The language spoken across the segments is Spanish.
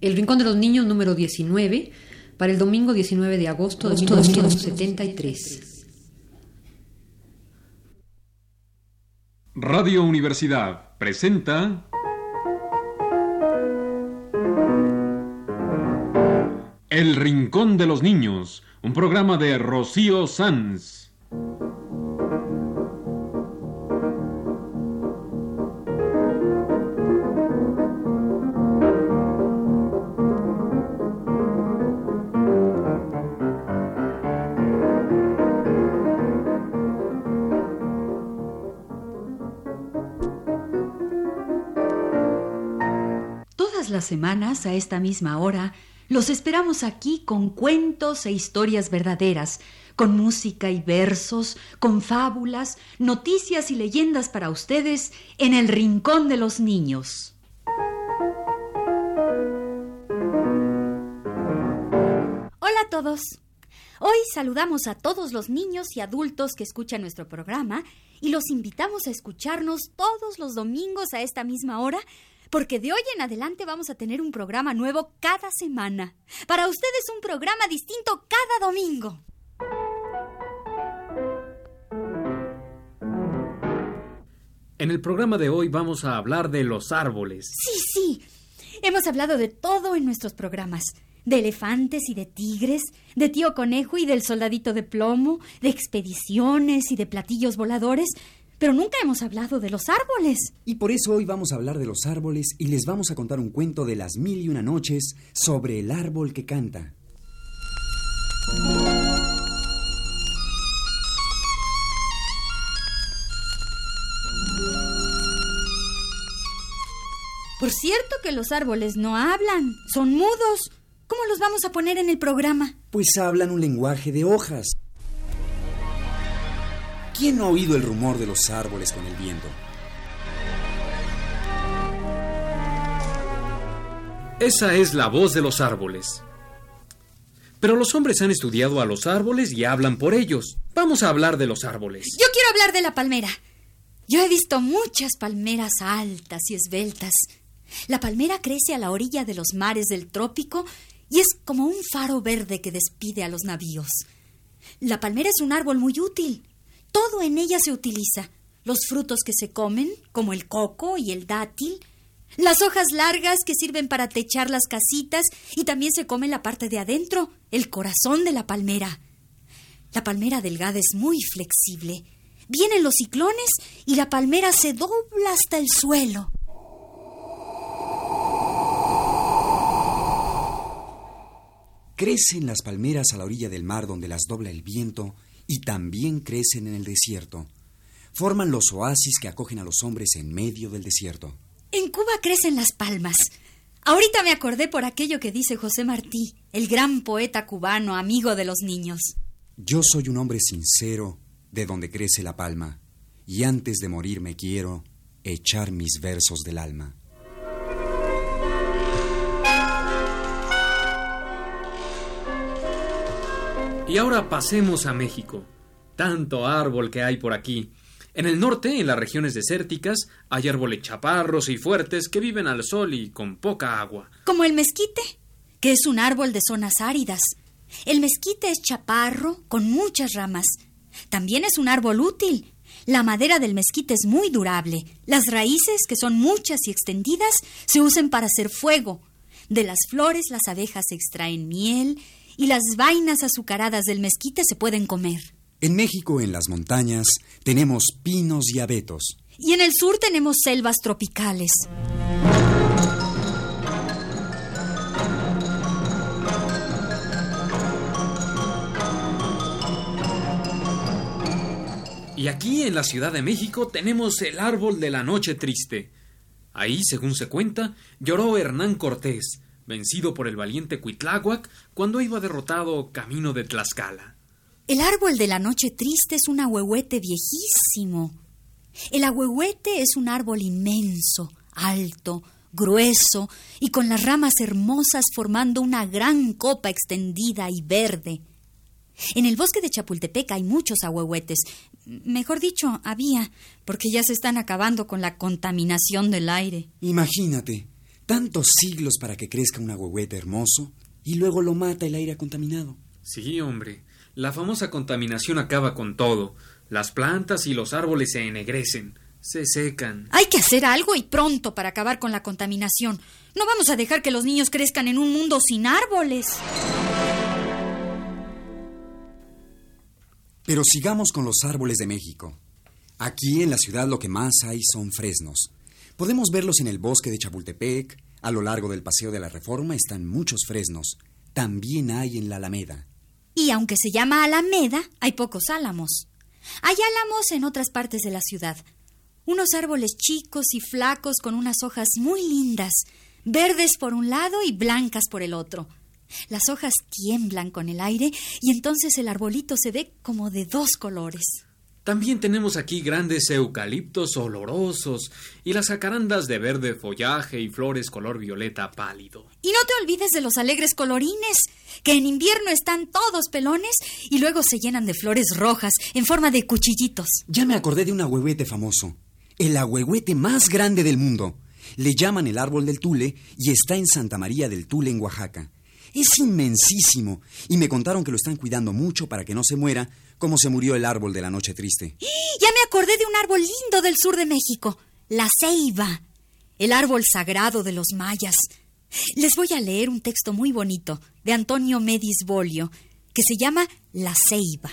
El Rincón de los Niños número 19, para el domingo 19 de agosto de 1973. Radio Universidad presenta El Rincón de los Niños, un programa de Rocío Sanz. Las semanas, a esta misma hora, los esperamos aquí con cuentos e historias verdaderas, con música y versos, con fábulas, noticias y leyendas para ustedes en el Rincón de los Niños. Hola a todos. Hoy saludamos a todos los niños y adultos que escuchan nuestro programa y los invitamos a escucharnos todos los domingos a esta misma hora, porque de hoy en adelante vamos a tener un programa nuevo cada semana. Para ustedes un programa distinto cada domingo. En el programa de hoy vamos a hablar de los árboles. Sí. Hemos hablado de todo en nuestros programas. De elefantes y de tigres, de Tío Conejo y del Soldadito de Plomo, de expediciones y de platillos voladores. Pero nunca hemos hablado de los árboles. Y por eso hoy vamos a hablar de los árboles y les vamos a contar un cuento de las 1001 noches sobre el árbol que canta. Por cierto que los árboles no hablan, son mudos. ¿Cómo los vamos a poner en el programa? Pues hablan un lenguaje de hojas. ¿Quién no ha oído el rumor de los árboles con el viento? Esa es la voz de los árboles. Pero los hombres han estudiado a los árboles y hablan por ellos. Vamos a hablar de los árboles. Yo quiero hablar de la palmera. Yo he visto muchas palmeras altas y esbeltas. La palmera crece a la orilla de los mares del trópico y es como un faro verde que despide a los navíos. La palmera es un árbol muy útil. Todo en ella se utiliza. Los frutos que se comen, como el coco y el dátil. Las hojas largas que sirven para techar las casitas y también se come la parte de adentro, el corazón de la palmera. La palmera delgada es muy flexible. Vienen los ciclones y la palmera se dobla hasta el suelo. Crecen las palmeras a la orilla del mar donde las dobla el viento y también crecen en el desierto. Forman los oasis que acogen a los hombres en medio del desierto. En Cuba crecen las palmas. Ahorita me acordé por aquello que dice José Martí, el gran poeta cubano, amigo de los niños. Yo soy un hombre sincero de donde crece la palma, y antes de morir me quiero echar mis versos del alma. Y ahora pasemos a México. Tanto árbol que hay por aquí. En el norte, en las regiones desérticas, hay árboles chaparros y fuertes que viven al sol y con poca agua. Como el mezquite, que es un árbol de zonas áridas. El mezquite es chaparro, con muchas ramas. También es un árbol útil. La madera del mezquite es muy durable. Las raíces, que son muchas y extendidas, se usan para hacer fuego. De las flores, las abejas extraen miel y las vainas azucaradas del mezquite se pueden comer. En México, en las montañas, tenemos pinos y abetos. Y en el sur tenemos selvas tropicales. Y aquí, en la Ciudad de México, tenemos el árbol de la noche triste. Ahí, según se cuenta, lloró Hernán Cortés, vencido por el valiente Cuitláhuac, cuando iba derrotado camino de Tlaxcala. El árbol de la noche triste es un ahuehuete viejísimo. El ahuehuete es un árbol inmenso, alto, grueso y con las ramas hermosas formando una gran copa extendida y verde. En el bosque de Chapultepec hay muchos ahuehuetes. Mejor dicho, había, porque ya se están acabando con la contaminación del aire. Imagínate, Tantos siglos para que crezca un ahuehuete hermoso y luego lo mata el aire contaminado. Sí, hombre. La famosa contaminación acaba con todo. Las plantas y los árboles se ennegrecen, se secan. Hay que hacer algo y pronto para acabar con la contaminación. No vamos a dejar que los niños crezcan en un mundo sin árboles. Pero sigamos con los árboles de México. Aquí en la ciudad lo que más hay son fresnos. Podemos verlos en el bosque de Chapultepec. A lo largo del Paseo de la Reforma están muchos fresnos. También hay en la Alameda. Y aunque se llama Alameda, hay pocos álamos. Hay álamos en otras partes de la ciudad. Unos árboles chicos y flacos con unas hojas muy lindas, verdes por un lado y blancas por el otro. Las hojas tiemblan con el aire y entonces el arbolito se ve como de dos colores. También tenemos aquí grandes eucaliptos olorosos y las jacarandas de verde follaje y flores color violeta pálido. Y no te olvides de los alegres colorines, que en invierno están todos pelones y luego se llenan de flores rojas en forma de cuchillitos. Ya me acordé de un ahuehuete famoso, el ahuehuete más grande del mundo. Le llaman el árbol del Tule y está en Santa María del Tule, en Oaxaca. Es inmensísimo y me contaron que lo están cuidando mucho para que no se muera, como se murió el árbol de la Noche Triste. Ya me acordé de un árbol lindo del sur de México, la ceiba, el árbol sagrado de los mayas. Les voy a leer un texto muy bonito de Antonio Medis Bolio, que se llama La ceiba.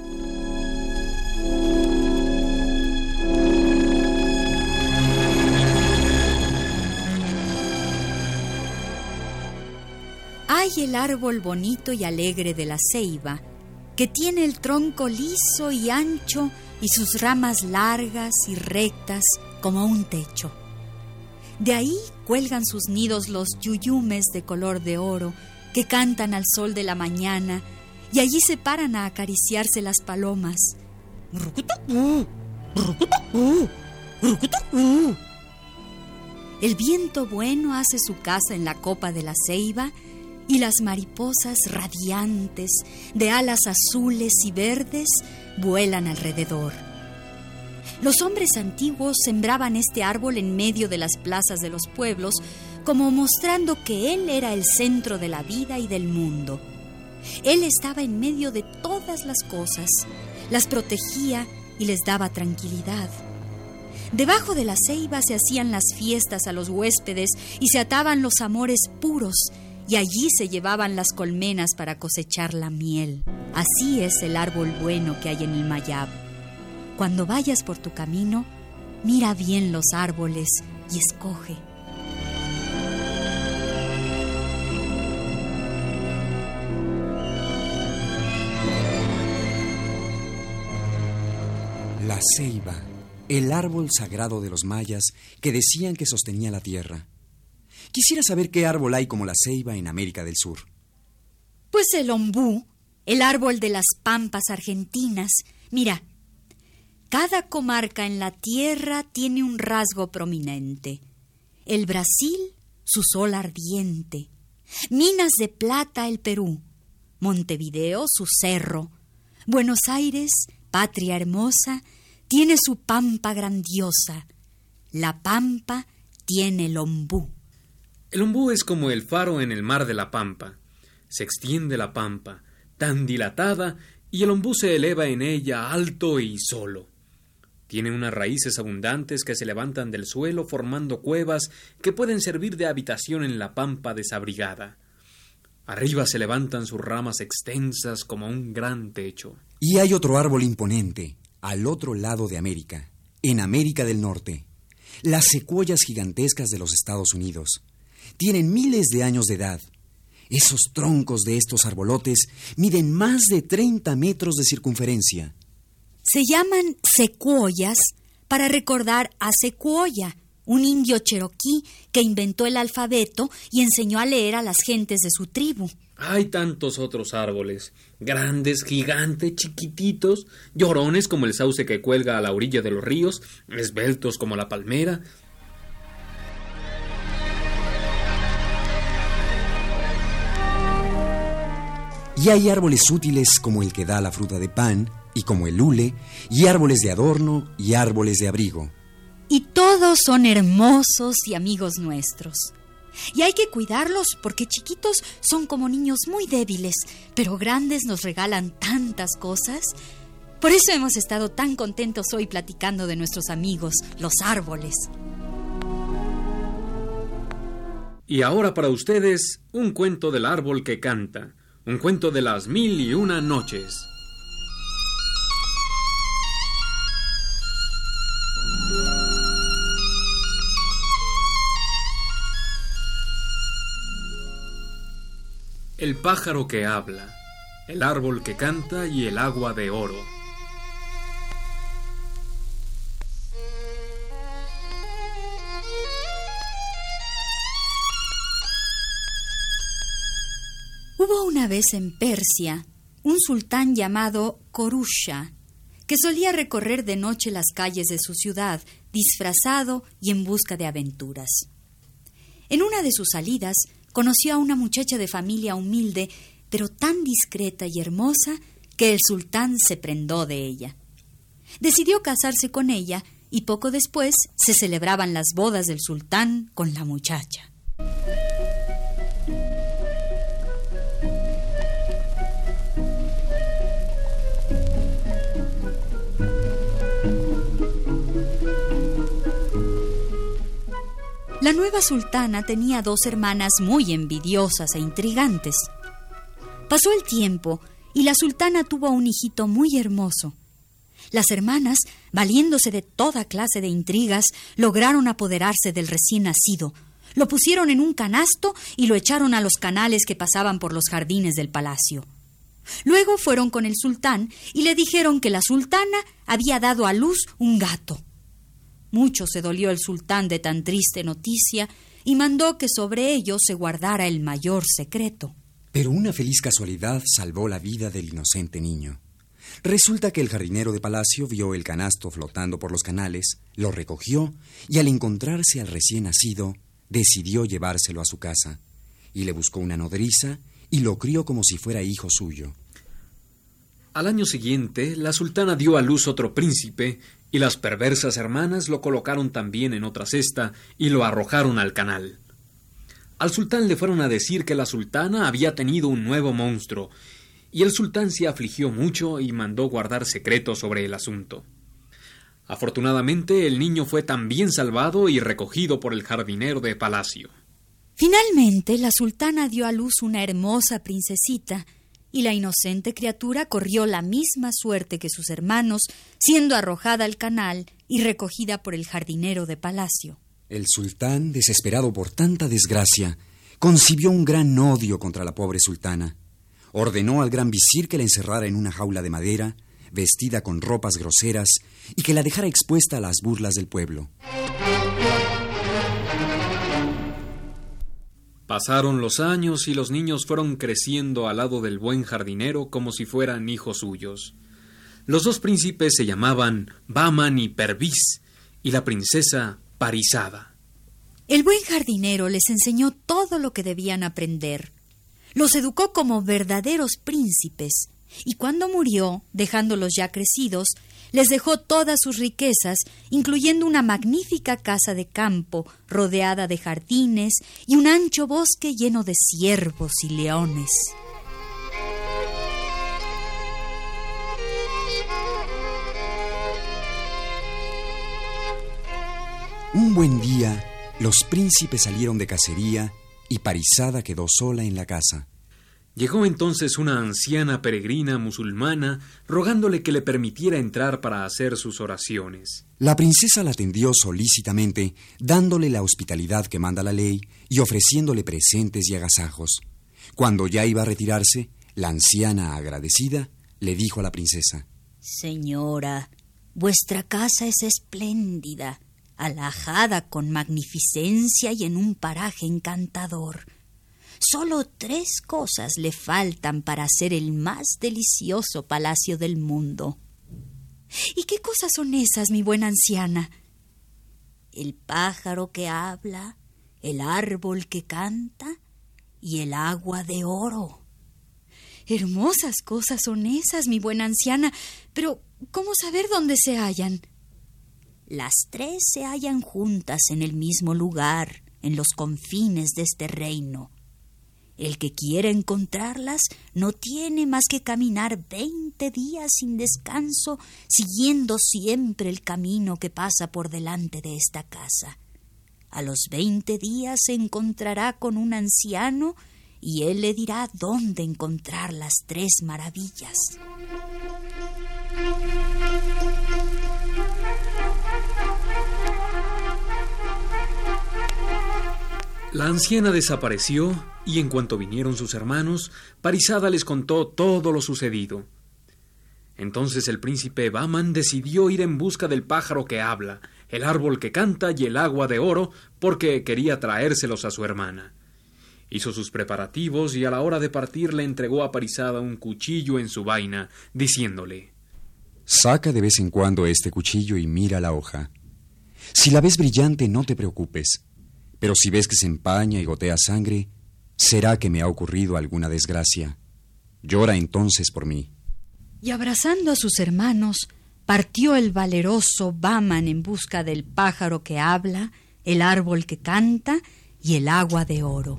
Hay el árbol bonito y alegre de la ceiba, que tiene el tronco liso y ancho y sus ramas largas y rectas como un techo. De ahí cuelgan sus nidos los yuyumes de color de oro que cantan al sol de la mañana, y allí se paran a acariciarse las palomas. El viento bueno hace su casa en la copa de la ceiba, y las mariposas radiantes, de alas azules y verdes, vuelan alrededor. Los hombres antiguos sembraban este árbol en medio de las plazas de los pueblos, como mostrando que él era el centro de la vida y del mundo. Él estaba en medio de todas las cosas, las protegía y les daba tranquilidad. Debajo de la ceiba se hacían las fiestas a los huéspedes y se ataban los amores puros, y allí se llevaban las colmenas para cosechar la miel. Así es el árbol bueno que hay en el Mayab. Cuando vayas por tu camino, mira bien los árboles y escoge. La ceiba, el árbol sagrado de los mayas que decían que sostenía la tierra. Quisiera saber qué árbol hay como la ceiba en América del Sur. Pues el ombú, el árbol de las pampas argentinas. Mira, cada comarca en la tierra tiene un rasgo prominente. El Brasil, su sol ardiente. Minas de Plata, el Perú. Montevideo, su cerro. Buenos Aires, patria hermosa, tiene su pampa grandiosa. La pampa tiene el ombú. El ombú es como el faro en el mar de la Pampa. Se extiende la Pampa, tan dilatada, y el ombú se eleva en ella alto y solo. Tiene unas raíces abundantes que se levantan del suelo formando cuevas que pueden servir de habitación en la Pampa desabrigada. Arriba se levantan sus ramas extensas como un gran techo. Y hay otro árbol imponente, al otro lado de América, en América del Norte. Las secuoyas gigantescas de los Estados Unidos. Tienen miles de años de edad. Esos troncos de estos arbolotes miden más de 30 metros de circunferencia. Se llaman secuoyas para recordar a Secuoya, un indio cheroquí que inventó el alfabeto y enseñó a leer a las gentes de su tribu. Hay tantos otros árboles, grandes, gigantes, chiquititos, llorones como el sauce que cuelga a la orilla de los ríos, esbeltos como la palmera. Y hay árboles útiles como el que da la fruta de pan, y como el hule, y árboles de adorno y árboles de abrigo. Y todos son hermosos y amigos nuestros. Y hay que cuidarlos porque chiquitos son como niños muy débiles, pero grandes nos regalan tantas cosas. Por eso hemos estado tan contentos hoy platicando de nuestros amigos, los árboles. Y ahora para ustedes, un cuento del árbol que canta, un cuento de las 1001 noches. El pájaro que habla, el árbol que canta y el agua de oro. Hubo una vez en Persia un sultán llamado Korusha, que solía recorrer de noche las calles de su ciudad, disfrazado y en busca de aventuras. En una de sus salidas conoció a una muchacha de familia humilde, pero tan discreta y hermosa que el sultán se prendó de ella. Decidió casarse con ella y poco después se celebraban las bodas del sultán con la muchacha. La nueva sultana tenía 2 hermanas muy envidiosas e intrigantes. Pasó el tiempo y la sultana tuvo un hijito muy hermoso. Las hermanas, valiéndose de toda clase de intrigas, lograron apoderarse del recién nacido. Lo pusieron en un canasto y lo echaron a los canales que pasaban por los jardines del palacio. Luego fueron con el sultán y le dijeron que la sultana había dado a luz un gato. Mucho se dolió el sultán de tan triste noticia y mandó que sobre ello se guardara el mayor secreto. Pero una feliz casualidad salvó la vida del inocente niño. Resulta que el jardinero de palacio vio el canasto flotando por los canales, lo recogió y al encontrarse al recién nacido, decidió llevárselo a su casa. Y le buscó una nodriza y lo crió como si fuera hijo suyo. Al año siguiente, la sultana dio a luz otro príncipe y las perversas hermanas lo colocaron también en otra cesta y lo arrojaron al canal. Al sultán le fueron a decir que la sultana había tenido un nuevo monstruo, y el sultán se afligió mucho y mandó guardar secreto sobre el asunto. Afortunadamente, el niño fue también salvado y recogido por el jardinero de palacio. Finalmente, la sultana dio a luz una hermosa princesita, y la inocente criatura corrió la misma suerte que sus hermanos, siendo arrojada al canal y recogida por el jardinero de palacio. El sultán, desesperado por tanta desgracia, concibió un gran odio contra la pobre sultana. Ordenó al gran visir que la encerrara en una jaula de madera, vestida con ropas groseras, y que la dejara expuesta a las burlas del pueblo. Pasaron los años y los niños fueron creciendo al lado del buen jardinero como si fueran hijos suyos. Los 2 príncipes se llamaban Bahman y Perviz, y la princesa Parizada. El buen jardinero les enseñó todo lo que debían aprender. Los educó como verdaderos príncipes, y cuando murió, dejándolos ya crecidos, les dejó todas sus riquezas, incluyendo una magnífica casa de campo rodeada de jardines y un ancho bosque lleno de ciervos y leones. Un buen día, los príncipes salieron de cacería y Parizada quedó sola en la casa. Llegó entonces una anciana peregrina musulmana rogándole que le permitiera entrar para hacer sus oraciones. La princesa la atendió solícitamente, dándole la hospitalidad que manda la ley y ofreciéndole presentes y agasajos. Cuando ya iba a retirarse, la anciana, agradecida, le dijo a la princesa: Señora, vuestra casa es espléndida, alhajada con magnificencia y en un paraje encantador. Solo 3 cosas le faltan para ser el más delicioso palacio del mundo. ¿Y qué cosas son esas, mi buena anciana? El pájaro que habla, el árbol que canta y el agua de oro. Hermosas cosas son esas, mi buena anciana, pero ¿cómo saber dónde se hallan? Las 3 se hallan juntas en el mismo lugar, en los confines de este reino. El que quiera encontrarlas no tiene más que caminar 20 días sin descanso, siguiendo siempre el camino que pasa por delante de esta casa. A los 20 días se encontrará con un anciano y él le dirá dónde encontrar las 3 maravillas. La anciana desapareció y en cuanto vinieron sus hermanos, Parizada les contó todo lo sucedido. Entonces el príncipe Bahman decidió ir en busca del pájaro que habla, el árbol que canta y el agua de oro, porque quería traérselos a su hermana. Hizo sus preparativos y a la hora de partir le entregó a Parizada un cuchillo en su vaina, diciéndole: saca de vez en cuando este cuchillo y mira la hoja. Si la ves brillante, no te preocupes, pero si ves que se empaña y gotea sangre, será que me ha ocurrido alguna desgracia. Llora entonces por mí. Y abrazando a sus hermanos, partió el valeroso Bahman en busca del pájaro que habla, el árbol que canta y el agua de oro.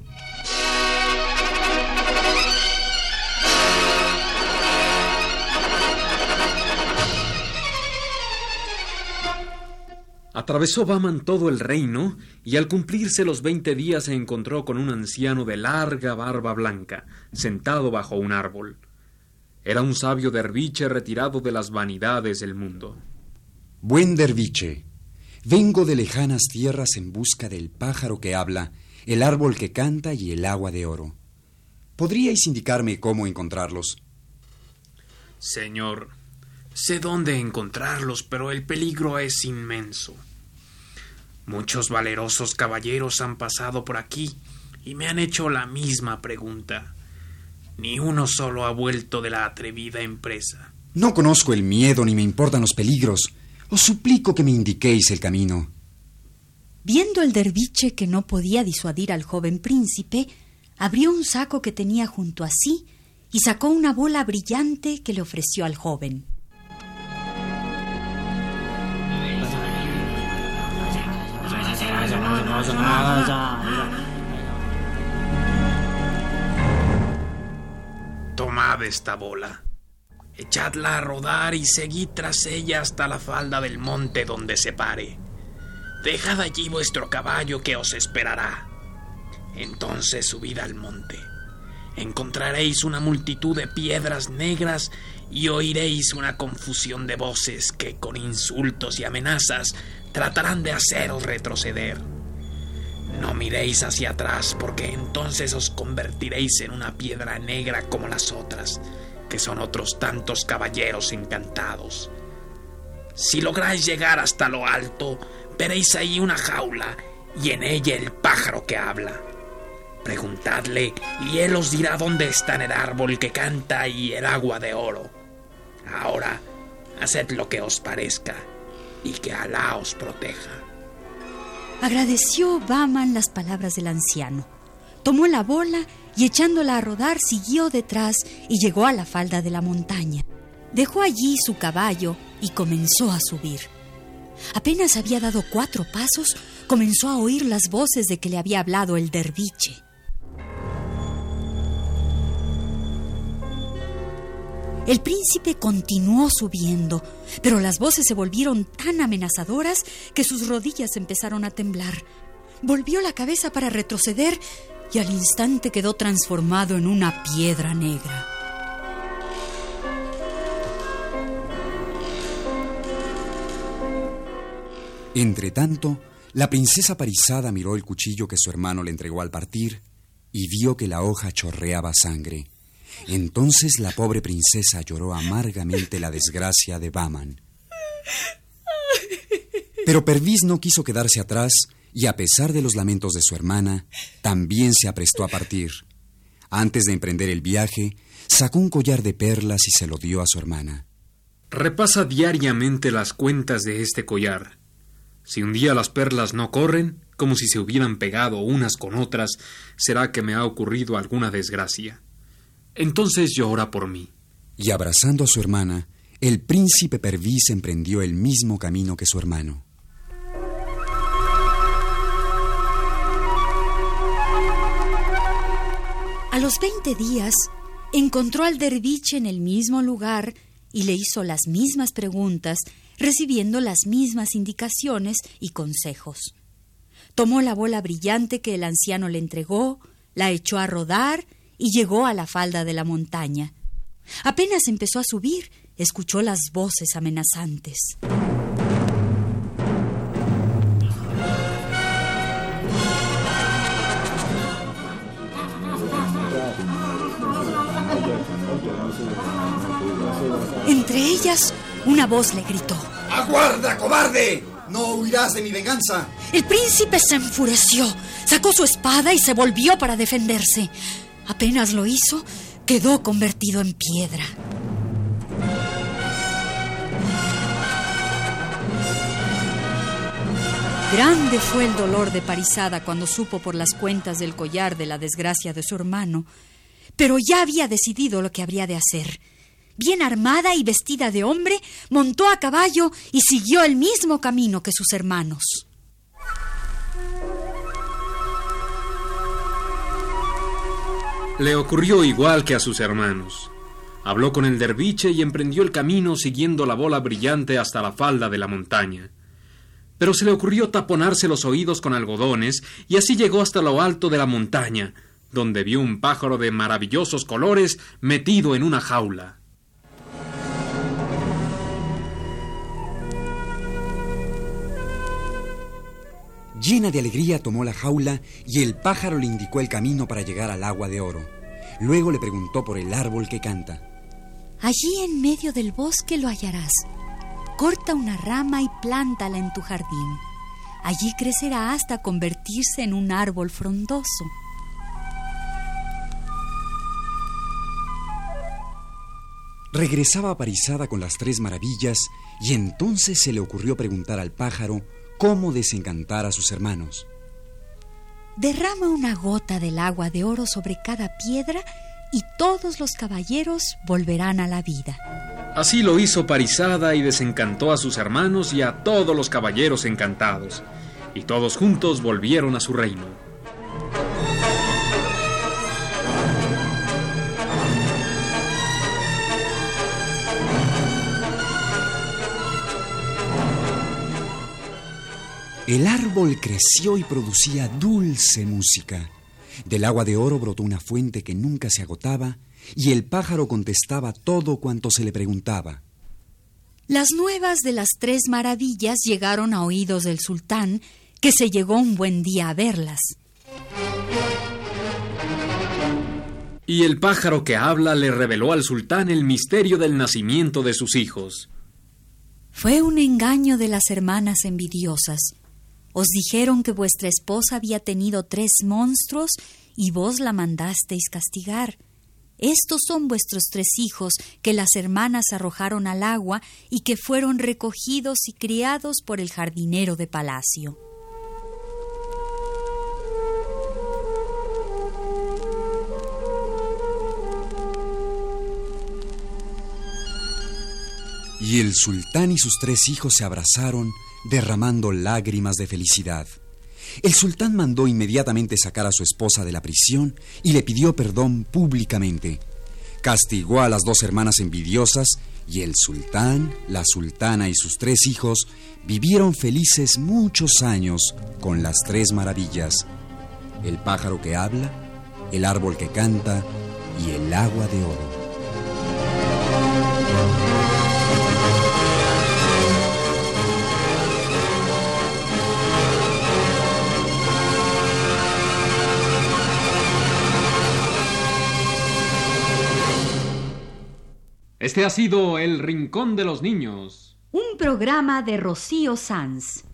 Atravesó Bahman todo el reino y al cumplirse los 20 días se encontró con un anciano de larga barba blanca, sentado bajo un árbol. Era un sabio derviche retirado de las vanidades del mundo. Buen derviche, vengo de lejanas tierras en busca del pájaro que habla, el árbol que canta y el agua de oro. ¿Podríais indicarme cómo encontrarlos? Señor, sé dónde encontrarlos, pero el peligro es inmenso. Muchos valerosos caballeros han pasado por aquí y me han hecho la misma pregunta. Ni uno solo ha vuelto de la atrevida empresa. No conozco el miedo ni me importan los peligros. Os suplico que me indiquéis el camino. Viendo el derviche que no podía disuadir al joven príncipe, abrió un saco que tenía junto a sí y sacó una bola brillante que le ofreció al joven. Tomad esta bola, echadla a rodar y seguid tras ella hasta la falda del monte donde se pare. Dejad allí vuestro caballo que os esperará. Entonces subid al monte. Encontraréis una multitud de piedras negras y oiréis una confusión de voces que con insultos y amenazas tratarán de haceros retroceder. No miréis hacia atrás, porque entonces os convertiréis en una piedra negra como las otras, que son otros tantos caballeros encantados. Si lográis llegar hasta lo alto, veréis ahí una jaula y en ella el pájaro que habla. Preguntadle y él os dirá dónde están el árbol que canta y el agua de oro. Ahora, haced lo que os parezca y que Alá os proteja. Agradeció Bahman las palabras del anciano. Tomó la bola y echándola a rodar siguió detrás y llegó a la falda de la montaña. Dejó allí su caballo y comenzó a subir. Apenas había dado 4 pasos, comenzó a oír las voces de que le había hablado el derviche. El príncipe continuó subiendo, pero las voces se volvieron tan amenazadoras que sus rodillas empezaron a temblar. Volvió la cabeza para retroceder y al instante quedó transformado en una piedra negra. Entretanto, la princesa Parizada miró el cuchillo que su hermano le entregó al partir y vio que la hoja chorreaba sangre. Entonces la pobre princesa lloró amargamente la desgracia de Bahman. Pero Perviz no quiso quedarse atrás y a pesar de los lamentos de su hermana, también se aprestó a partir. Antes de emprender el viaje, sacó un collar de perlas y se lo dio a su hermana. Repasa diariamente las cuentas de este collar. Si un día las perlas no corren, como si se hubieran pegado unas con otras, será que me ha ocurrido alguna desgracia. Entonces llora por mí. Y abrazando a su hermana, el príncipe Perviz emprendió el mismo camino que su hermano. A los 20 días encontró al derviche en el mismo lugar y le hizo las mismas preguntas, recibiendo las mismas indicaciones y consejos. Tomó la bola brillante que el anciano le entregó, la echó a rodar y llegó a la falda de la montaña. Apenas empezó a subir, escuchó las voces amenazantes. Entre ellas, una voz le gritó: ¡Aguarda, cobarde! ¡No huirás de mi venganza! El príncipe se enfureció, sacó su espada y se volvió para defenderse. Apenas lo hizo, quedó convertido en piedra. Grande fue el dolor de Parizada cuando supo por las cuentas del collar de la desgracia de su hermano, pero ya había decidido lo que habría de hacer. Bien armada y vestida de hombre, montó a caballo y siguió el mismo camino que sus hermanos. Le ocurrió igual que a sus hermanos. Habló con el derviche y emprendió el camino siguiendo la bola brillante hasta la falda de la montaña. Pero se le ocurrió taponarse los oídos con algodones y así llegó hasta lo alto de la montaña, donde vio un pájaro de maravillosos colores metido en una jaula. Llena de alegría tomó la jaula y el pájaro le indicó el camino para llegar al agua de oro. Luego le preguntó por el árbol que canta. Allí en medio del bosque lo hallarás. Corta una rama y plántala en tu jardín. Allí crecerá hasta convertirse en un árbol frondoso. Regresaba Parizada con las 3 maravillas y entonces se le ocurrió preguntar al pájaro cómo desencantar a sus hermanos. Derrama una gota del agua de oro sobre cada piedra y todos los caballeros volverán a la vida. Así lo hizo Parizada y desencantó a sus hermanos y a todos los caballeros encantados, y todos juntos volvieron a su reino. El árbol creció y producía dulce música. Del agua de oro brotó una fuente que nunca se agotaba y el pájaro contestaba todo cuanto se le preguntaba. Las nuevas de las 3 maravillas llegaron a oídos del sultán, que se llegó un buen día a verlas. Y el pájaro que habla le reveló al sultán el misterio del nacimiento de sus hijos. Fue un engaño de las hermanas envidiosas. Os dijeron que vuestra esposa había tenido 3 monstruos y vos la mandasteis castigar. Estos son vuestros 3 hijos que las hermanas arrojaron al agua y que fueron recogidos y criados por el jardinero de palacio. Y el sultán y sus 3 hijos se abrazaron, derramando lágrimas de felicidad. El sultán mandó inmediatamente sacar a su esposa de la prisión y le pidió perdón públicamente. Castigó a las 2 hermanas envidiosas y el sultán, la sultana y sus 3 hijos vivieron felices muchos años con las 3 maravillas: el pájaro que habla, el árbol que canta y el agua de oro. Este ha sido El Rincón de los Niños, un programa de Rocío Sanz.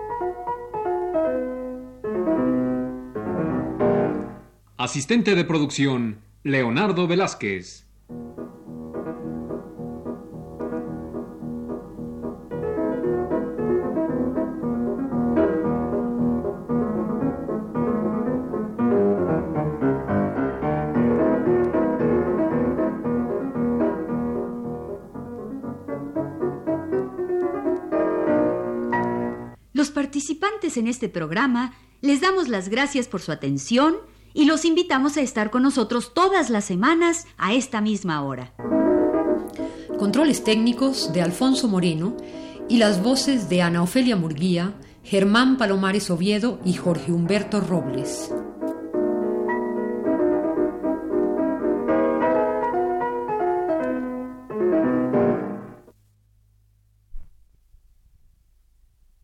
Asistente de producción, Leonardo Velázquez. Los participantes en este programa les damos las gracias por su atención y los invitamos a estar con nosotros todas las semanas a esta misma hora. Controles técnicos de Alfonso Moreno y las voces de Ana Ofelia Murguía, Germán Palomares Oviedo y Jorge Humberto Robles.